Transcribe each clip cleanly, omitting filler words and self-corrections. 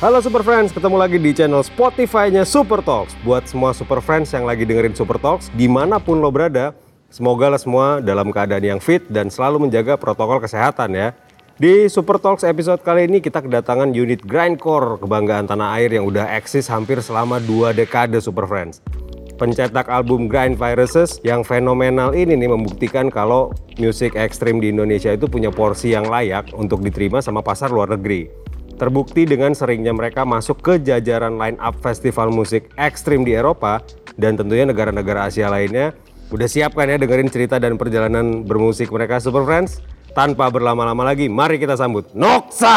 Halo Super Friends, ketemu lagi di channel Spotify-nya Super Talks. Buat semua Super Friends yang lagi dengerin Super Talks, dimanapun lo berada, semoga lo semua dalam keadaan yang fit dan selalu menjaga protokol kesehatan ya. Di Super Talks episode kali ini kita kedatangan unit grindcore kebanggaan tanah air yang udah eksis hampir selama 2 dekade Super Friends. Pencetak album Grind Viruses yang fenomenal ini nih membuktikan kalau musik ekstrim di Indonesia itu punya porsi yang layak untuk diterima sama pasar luar negeri. Terbukti dengan seringnya mereka masuk ke jajaran line-up festival musik ekstrim di Eropa dan tentunya negara-negara Asia lainnya. Udah siap kan ya dengerin cerita dan perjalanan bermusik mereka Super Friends? Tanpa berlama-lama lagi, mari kita sambut Noxa!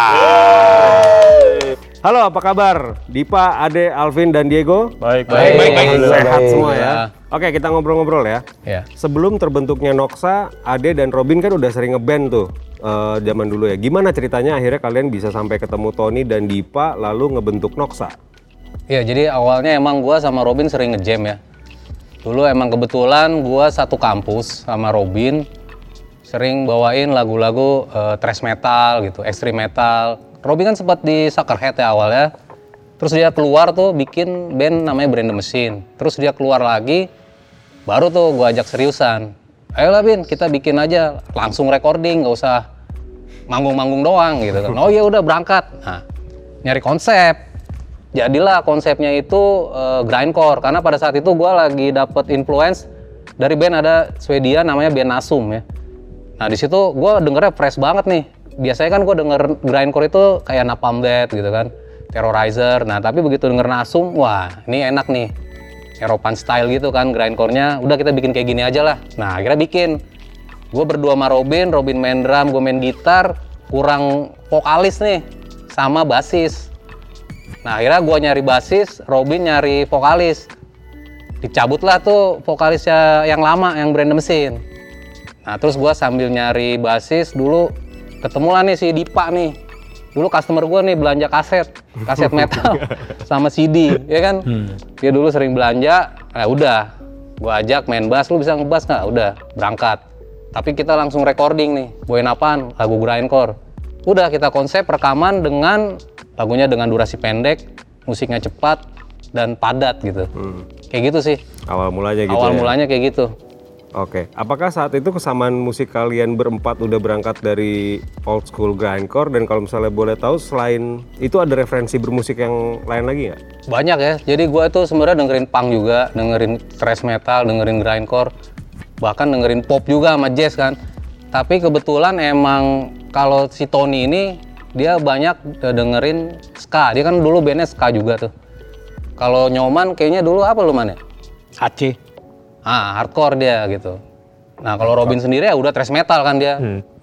Halo, apa kabar? Dipa, Ade, Alvin, dan Diego? Baik. Sehat semua ya? Oke, kita ngobrol-ngobrol ya. Sebelum terbentuknya Noxa, Ade dan Robin kan udah sering ngeband tuh zaman dulu ya. Gimana ceritanya akhirnya kalian bisa sampai ketemu Tony dan Dipa lalu ngebentuk Noxa? Iya, jadi awalnya emang gua sama Robin sering ngejam ya. Dulu emang kebetulan gua satu kampus sama Robin, sering bawain lagu-lagu thrash metal gitu, extreme metal. Robin kan sempat di Suckerhead ya awalnya. Terus dia keluar tuh bikin band namanya Brand The Machine. Terus dia keluar lagi, baru tuh gua ajak seriusan. Ayolah Bin, kita bikin aja, langsung recording, nggak usah manggung-manggung doang gitu kan. Oh ya udah berangkat. Nah, nyari konsep. Jadilah konsepnya itu grindcore, karena pada saat itu gue lagi dapet influence dari band ada Swedia namanya band Nasum ya. Nah di situ gue dengernya fresh banget nih. Biasanya kan gue denger grindcore itu kayak Napalm Death gitu kan, Terrorizer. Nah tapi begitu denger Nasum, wah ini enak nih. Eropan style gitu kan grindcore-nya, udah kita bikin kayak gini aja lah. Nah akhirnya bikin. Gue berdua sama Robin main drum, gue main gitar, kurang vokalis nih, sama basis. Nah akhirnya gue nyari basis, Robin nyari vokalis. Dicabutlah tuh vokalisnya yang lama, yang Brand The Machine. Nah terus gue sambil nyari basis dulu, ketemulah nih si Dipa nih. Dulu customer gue nih belanja kaset metal sama CD, ya kan? Dia dulu sering belanja, udah, gue ajak main bass, lu bisa ngebass nggak? Udah, berangkat. Tapi kita langsung recording nih, bawain apaan? Lagu grindcore. Udah kita konsep rekaman dengan lagunya dengan durasi pendek, musiknya cepat dan padat gitu. Kayak gitu sih. Awal mulanya gitu Awal ya? mulanya kayak gitu. Oke, apakah saat itu kesamaan musik kalian berempat udah berangkat dari old school grindcore, dan kalau misalnya boleh tahu selain itu ada referensi bermusik yang lain lagi nggak? Banyak ya, jadi gue tuh sebenarnya dengerin punk juga, dengerin thrash metal, dengerin grindcore, bahkan dengerin pop juga sama jazz kan. Tapi kebetulan emang kalau si Tony ini dia banyak dengerin ska, dia kan dulu bandnya ska juga tuh. Kalau Nyoman kayaknya dulu apa lu Man ya? Aceh. Hardcore dia gitu. Nah kalau Robin sendiri ya udah thrash metal kan dia,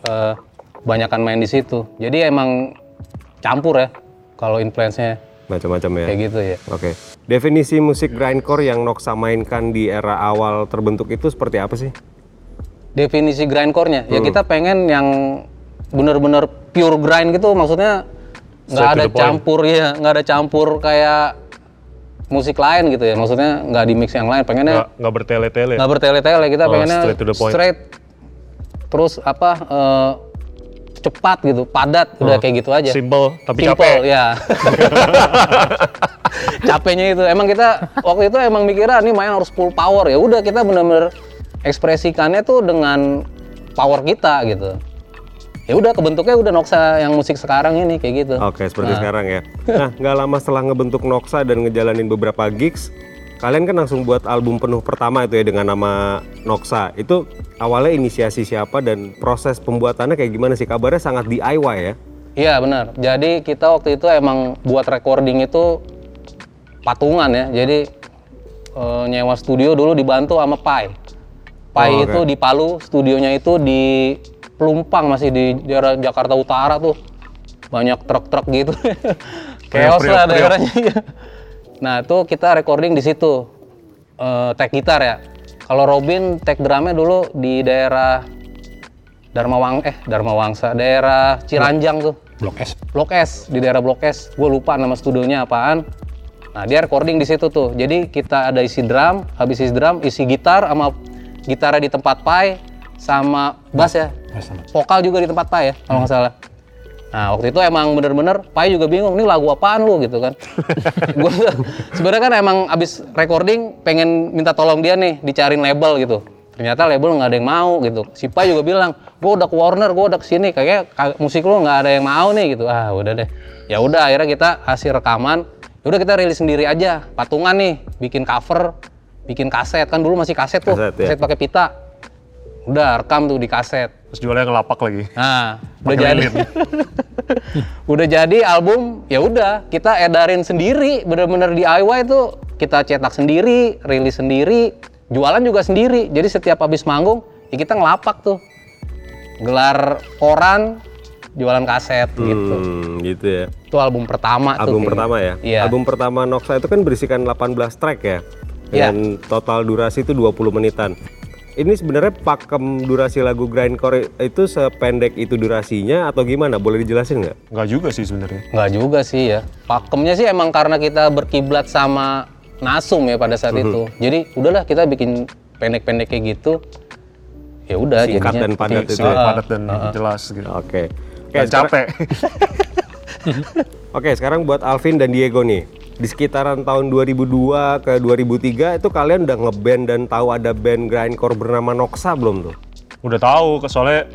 banyakan main di situ. Jadi emang campur ya kalau influence-nya. Macam-macam ya? Kayak gitu ya. Oke. Definisi musik grindcore yang Noxa mainkan di era awal terbentuk itu seperti apa sih? Definisi grindcore-nya? Ya kita pengen yang bener-bener pure grind gitu, maksudnya nggak ada campur ya, nggak ada campur kayak musik lain gitu ya, maksudnya nggak di mix yang lain, pengennya nggak bertele-tele. Nggak bertele-tele, kita pengennya straight to the point. Terus cepat gitu, padat, udah kayak gitu aja. Simple tapi capek. Ya. Capeknya itu, emang kita waktu itu emang mikirnya nih main harus full power, ya udah kita bener-bener ekspresikannya tuh dengan power kita gitu. Ya udah kebentuknya udah Noxa yang musik sekarang ini kayak gitu. Oke, seperti sekarang ya. Nah, nggak lama setelah ngebentuk Noxa dan ngejalanin beberapa gigs, kalian kan langsung buat album penuh pertama itu ya dengan nama Noxa. Itu awalnya inisiasi siapa dan proses pembuatannya kayak gimana sih? Kabarnya sangat DIY ya? Iya benar. Jadi kita waktu itu emang buat recording itu patungan ya. Jadi nyewa studio dulu dibantu sama Pai. Pai itu di Palu, studionya itu di Pelumpang, masih di daerah Jakarta Utara tuh. Banyak truk-truk gitu. Chaos lah daerahnya. Nah, itu kita recording di situ. Take gitar ya. Kalau Robin take drumnya dulu di daerah Dharma Wangsa, daerah Ciranjang tuh. Blok S, di daerah Blok S. Gue lupa nama studionya apaan. Nah, dia recording di situ tuh. Jadi kita ada isi drum, habis isi drum, isi gitar sama gitarnya di tempat Pai sama bass ya. Vokal juga di tempat Pai ya, kalau nggak salah. Nah waktu itu emang bener-bener Pai juga bingung, nih lagu apaan lu gitu kan. Gue sebenarnya kan emang abis recording pengen minta tolong dia nih dicariin label gitu. Ternyata label nggak ada yang mau gitu. Si Pai juga bilang, gue udah ke Warner, gue udah kesini, kayaknya musik lu nggak ada yang mau nih gitu. Ah udah deh. Ya udah akhirnya kita hasil rekaman, udah kita rilis sendiri aja, patungan nih, bikin cover, bikin kaset kan dulu masih kaset tuh, kaset pakai pita. Udah rekam tuh di kaset. Terus jualnya ngelapak lagi. Nah, udah jadi. Udah jadi album, ya udah kita edarin sendiri, bener-bener DIY itu kita cetak sendiri, rilis sendiri, jualan juga sendiri. Jadi setiap habis manggung, ya kita ngelapak tuh. Gelar koran, jualan kaset gitu. Gitu ya. Itu album pertama tuh. Album pertama ya? Iya. Album pertama Noxa itu kan berisikan 18 track ya? Dan total durasi itu 20 menitan. Ini sebenarnya pakem durasi lagu grindcore itu sependek itu durasinya atau gimana? Boleh dijelasin nggak? Nggak juga sih sebenarnya. Nggak juga sih ya. Pakemnya sih emang karena kita berkiblat sama Nasum ya pada saat itu. Jadi udahlah kita bikin pendek-pendek kayak gitu. Ya udah Singkat jadinya dan padat itu. Padat dan jelas gitu. Oke. Dan capek. Oke, sekarang buat Alvin dan Diego nih. Di sekitaran tahun 2002 ke 2003 itu kalian udah ngeband dan tahu ada band grindcore bernama Noxa belum tuh? Udah tahu, soalnya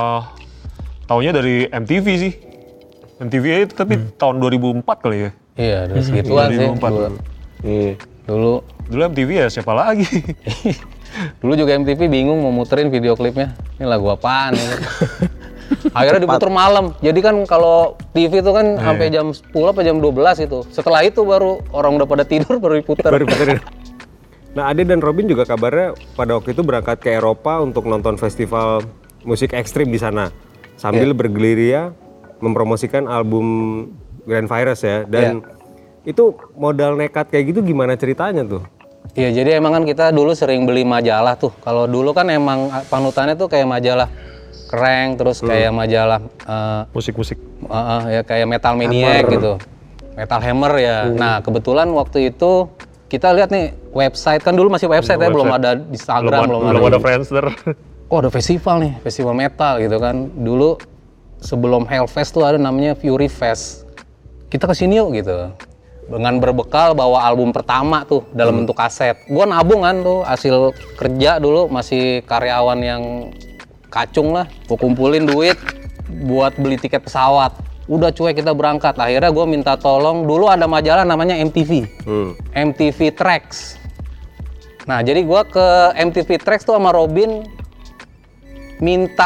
taunya dari MTV sih. MTV itu tapi tahun 2004 kali ya. Iya, dari segituan sih. 2004. Dulu Dulu MTV ya siapa lagi? dulu juga MTV bingung mau muterin video klipnya. Ini lagu apaan ya? Akhirnya diputer malam. Jadi kan kalau TV itu kan sampai jam 10 apa jam 12 itu. Setelah itu baru orang udah pada tidur baru diputer. Nah, Ade dan Robin juga kabarnya pada waktu itu berangkat ke Eropa untuk nonton festival musik ekstrim di sana. Sambil bergerilya mempromosikan album Grand Virus ya. Dan itu modal nekat kayak gitu gimana ceritanya tuh? Iya, jadi emang kan kita dulu sering beli majalah tuh. Kalau dulu kan emang panutannya tuh kayak majalah Kereng, terus kayak majalah Musik-musik. ya kayak Metal Maniac gitu, Metal Hammer ya. Nah kebetulan waktu itu kita lihat nih website, kan dulu masih website ya, belum ada Instagram, belum ada Friendster. Oh ada festival nih, festival metal gitu kan. Dulu sebelum Hellfest tuh ada namanya Fury Fest. Kita kesini yuk gitu. Dengan berbekal bawa album pertama tuh dalam bentuk kaset. Gua nabung kan tuh hasil kerja dulu, masih karyawan yang kacung lah, gue kumpulin duit buat beli tiket pesawat. Udah cuek kita berangkat. Akhirnya gue minta tolong, dulu ada majalah namanya MTV, MTV Tracks. Nah jadi gue ke MTV Tracks tuh sama Robin minta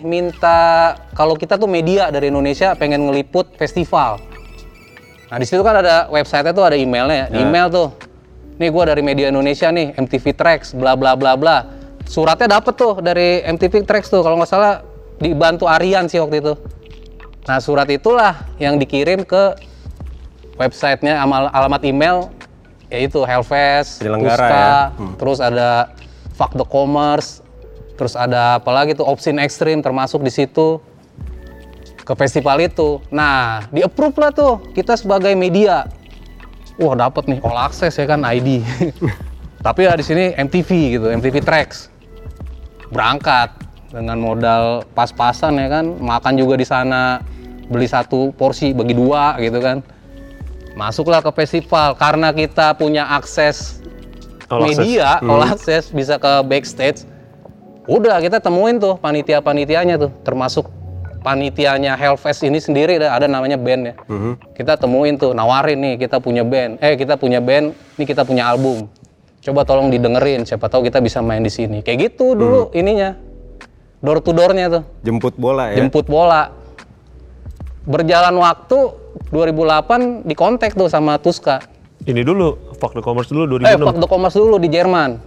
kalau kita tuh media dari Indonesia pengen ngeliput festival. Nah di situ kan ada website-nya tuh, ada emailnya, email tuh. Nih gue dari media Indonesia nih, MTV Tracks, bla bla bla bla. Suratnya dapet tuh dari MTV Tracks tuh, kalau nggak salah dibantu Aryan sih waktu itu. Nah surat itulah yang dikirim ke websitenya, alamat email, yaitu Hellfest, Tuska, terus ada Fuck the Commerce, terus ada apa lagi tuh, Obscene Extreme termasuk di situ ke festival itu. Nah di approve lah tuh kita sebagai media. Wah dapet nih all access ya kan, ID. Tapi ya di sini MTV gitu, MTV Tracks. Berangkat dengan modal pas-pasan ya kan, makan juga di sana, beli satu porsi bagi dua gitu kan. Masuklah ke festival karena kita punya akses media, all access, bisa ke backstage. Udah kita temuin tuh panitia-panitianya tuh, termasuk panitianya Hellfest ini sendiri ada namanya band ya. Kita temuin tuh, nawarin nih kita punya band, nih kita punya album. Coba tolong didengerin, siapa tahu kita bisa main di sini. Kayak gitu dulu ininya. Door to door-nya tuh. Jemput bola ya? Jemput bola. Berjalan waktu 2008 dikontak tuh sama Tuska. Ini dulu, Fuck the Commerce dulu 2006. Fuck the Commerce dulu di Jerman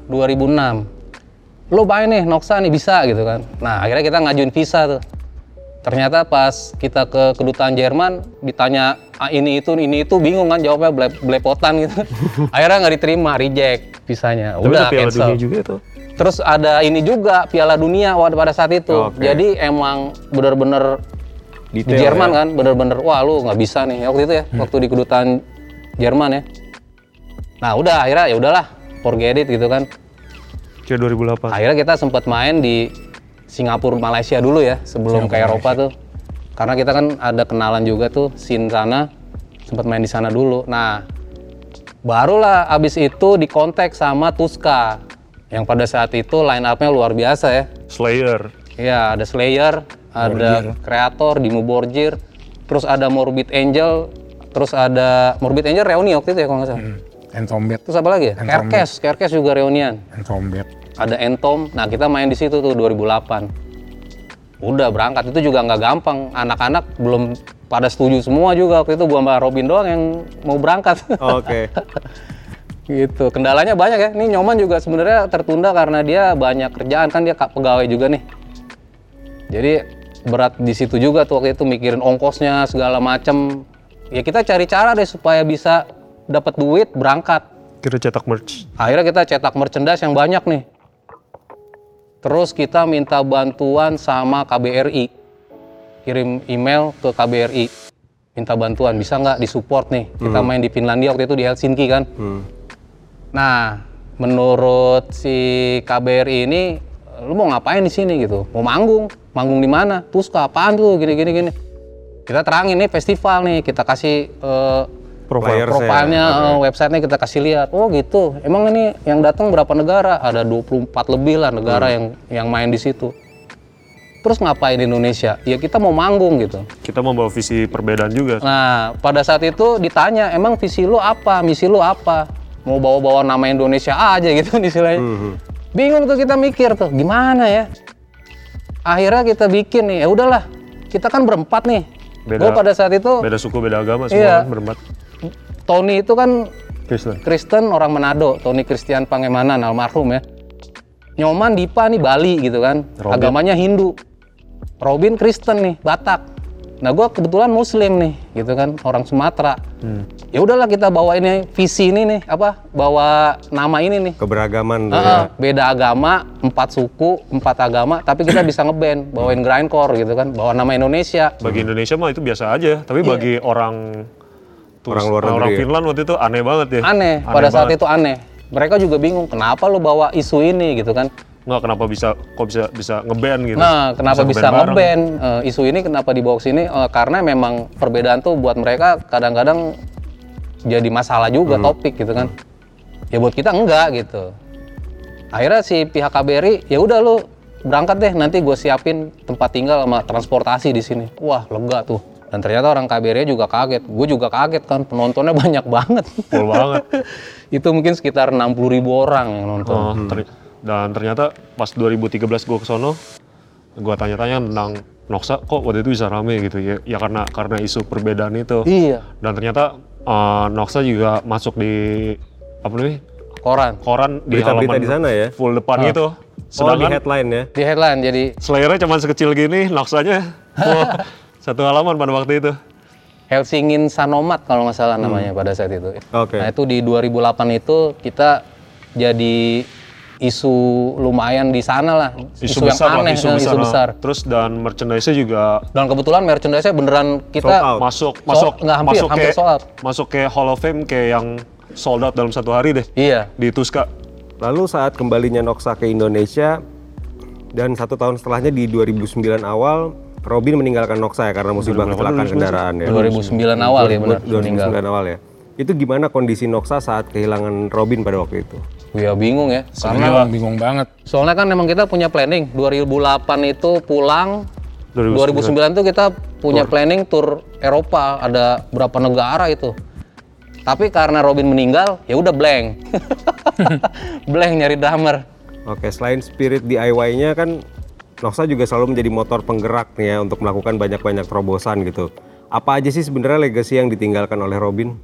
2006. Lo main nih, Noxa nih bisa gitu kan. Nah akhirnya kita ngajuin visa tuh. Ternyata pas kita ke kedutaan Jerman ditanya ini itu bingung kan jawabnya, belepotan gitu. Akhirnya nggak diterima, reject visanya. Udah Piala cancel. Dunia juga itu. Terus ada ini juga Piala Dunia pada saat itu. Jadi emang bener-bener di Jerman kan, bener-bener wah lu nggak bisa nih waktu itu ya, waktu di kedutaan Jerman ya. Nah udah akhirnya ya udahlah, forget it gitu kan. Kayak 2008. Akhirnya kita sempat main di Singapura, Malaysia dulu ya, sebelum ke Eropa tuh. Karena kita kan ada kenalan juga tuh scene sana, sempat main di sana dulu. Nah, barulah abis itu dikontak sama Tuska, yang pada saat itu line up-nya luar biasa ya. Slayer. Iya, ada Slayer, ada Kreator, Dimmu Borgir, terus ada Morbid Angel, terus ada Morbid Angel reuni waktu itu ya kalau nggak salah. Entombed. Terus apa lagi ya? Kerkes juga reunian. Entombed. Ada Entom, nah kita main di situ tuh 2008. Udah berangkat, itu juga nggak gampang. Anak-anak belum pada setuju semua juga waktu itu, gua sama Robin doang yang mau berangkat. Oke. Gitu. Kendalanya banyak ya. Nih Nyoman juga sebenarnya tertunda karena dia banyak kerjaan, kan dia pegawai juga nih. Jadi berat di situ juga tuh waktu itu mikirin ongkosnya segala macem. Ya kita cari cara deh supaya bisa dapat duit berangkat. Kita cetak merch. Akhirnya kita cetak merchandise yang banyak nih. Terus kita minta bantuan sama KBRI. Kirim email ke KBRI. Minta bantuan, bisa nggak disupport nih. Kita main di Finlandia waktu itu di Helsinki kan. Nah, menurut si KBRI ini, lu mau ngapain di sini gitu? Mau manggung? Manggung di mana? Tuska, apaan tuh? Gini. Kita terangin nih festival nih, kita kasih profilnya, websitenya kita kasih lihat. Oh gitu. Emang ini yang datang berapa negara? Ada 24 lebih lah negara yang main di situ. Terus ngapain di Indonesia? Ya kita mau manggung gitu. Kita membawa visi perbedaan juga. Nah, pada saat itu ditanya, emang visi lu apa? Misi lu apa? Mau bawa-bawa nama Indonesia aja gitu istilahnya. Bingung tuh kita mikir tuh, gimana ya? Akhirnya kita bikin nih, ya udahlah. Kita kan berempat nih. Gue pada saat itu beda suku, beda agama semua kan berempat. Tony itu kan Kristen. Kristen orang Manado, Tony Christian Pangemanan almarhum ya. Nyoman Dipa nih Bali gitu kan, agamanya Hindu. Robin Kristen nih, Batak. Nah gue kebetulan Muslim nih, gitu kan, orang Sumatera. Ya udahlah kita bawa ini visi ini nih, bawa nama ini nih. Keberagaman tuh ya. Beda agama, 4 suku, 4 agama, tapi kita bisa ngeband, bawain grindcore gitu kan, bawa nama Indonesia. Bagi Indonesia mah itu biasa aja, tapi bagi orang luar negeri orang ya? Finland waktu itu aneh banget ya. Aneh, pada saat itu aneh. Mereka juga bingung, kenapa lu bawa isu ini gitu kan. Nggak, kenapa bisa ngeband gitu. Nah, kenapa bisa bareng. ngeband? Isu ini kenapa dibawa ke sini? Karena memang perbedaan tuh buat mereka kadang-kadang jadi masalah juga topik gitu kan. Ya buat kita enggak gitu. Akhirnya si pihak KBRI, ya udah lu berangkat deh, nanti gue siapin tempat tinggal sama transportasi di sini. Wah, lega tuh. Dan ternyata orang KBRI juga kaget. Gue juga kaget kan, penontonnya banyak banget. Full banget. Itu mungkin sekitar 60.000 orang yang nonton. Dan ternyata pas 2013 gue kesono, gue tanya-tanya tentang Noxa, kok waktu itu bisa rame gitu ya? Ya karena isu perbedaan itu. Iya. Dan ternyata Noxa juga masuk di apa namanya? Koran di Berita-berita halaman di sana ya? full depan gitu. Di headline ya? Di headline, jadi Slayernya cuma sekecil gini, Noxanya satu halaman pada waktu itu. Helsingin Sanomat kalau nggak salah namanya pada saat itu. Oke. Nah itu di 2008 itu kita jadi isu lumayan di sana lah. Isu yang besar, aneh, isu besar. Terus dan merchandise-nya juga Dan kebetulan merchandise-nya beneran kita Sold out. masuk ke Hall of Fame kayak yang sold out dalam satu hari deh. Iya. Di Tuska. Lalu saat kembalinya Noxa ke Indonesia dan 1 tahun setelahnya di 2009 awal, Robin meninggalkan Noxa ya karena musibah kecelakaan kendaraan ya. 2009 awal ya benar. 2009 awal ya. Itu gimana kondisi Noxa saat kehilangan Robin pada waktu itu? Ya bingung ya. Karena bingung banget. Soalnya kan memang kita punya planning 2008 itu pulang. 2009 itu kita punya planning tour Eropa, ada berapa negara itu. Tapi karena Robin meninggal, ya udah blank. Blank nyari drummer. Oke, selain spirit DIY-nya kan Noxa juga selalu menjadi motor penggerak nih ya untuk melakukan banyak-banyak terobosan gitu. Apa aja sih sebenarnya legacy yang ditinggalkan oleh Robin?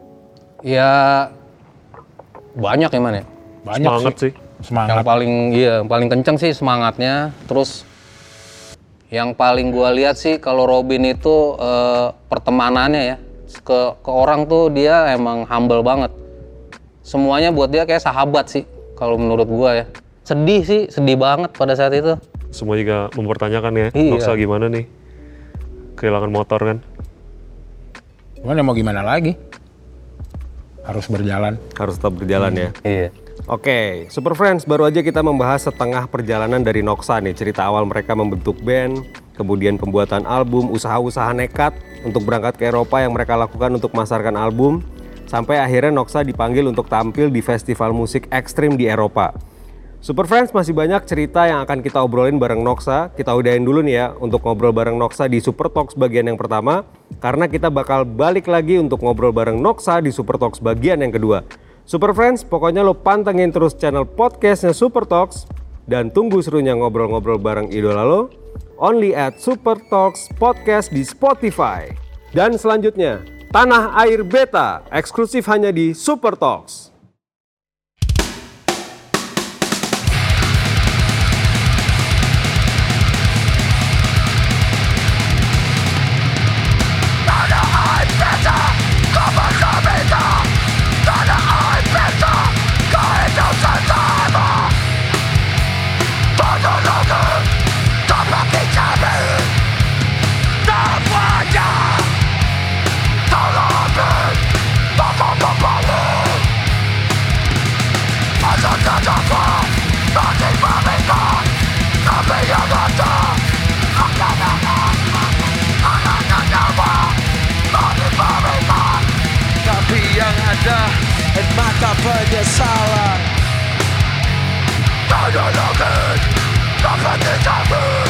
Ya banyak ya man ya. Banyak Semangat sih. Semangat. Yang paling kenceng sih semangatnya. Terus yang paling gua lihat sih kalau Robin itu pertemanannya ya ke orang tuh dia emang humble banget. Semuanya buat dia kayak sahabat sih kalau menurut gua ya. Sedih banget pada saat itu. Semua juga mempertanyakan ya, Iya. Noxa gimana nih? Kehilangan motor kan. Cuman ya mau gimana lagi? Harus berjalan. Harus tetap berjalan ya. Iya. Oke, Super Friends, baru aja kita membahas setengah perjalanan dari Noxa nih. Cerita awal mereka membentuk band, kemudian pembuatan album, usaha-usaha nekat untuk berangkat ke Eropa yang mereka lakukan untuk memasarkan album, sampai akhirnya Noxa dipanggil untuk tampil di festival musik ekstrim di Eropa. Super Friends, masih banyak cerita yang akan kita obrolin bareng Noxa. Kita udahin dulu nih ya untuk ngobrol bareng Noxa di Super Talks bagian yang pertama, karena kita bakal balik lagi untuk ngobrol bareng Noxa di Super Talks bagian yang kedua. Super Friends, pokoknya lo pantengin terus channel podcastnya Super Talks dan tunggu serunya ngobrol-ngobrol bareng idola lo only at Super Talks Podcast di Spotify. Dan selanjutnya, Tanah Air Beta, eksklusif hanya di Super Talks. Tapi yang ada mata penyesalan. Tak ada lagi, tak akan terjadi.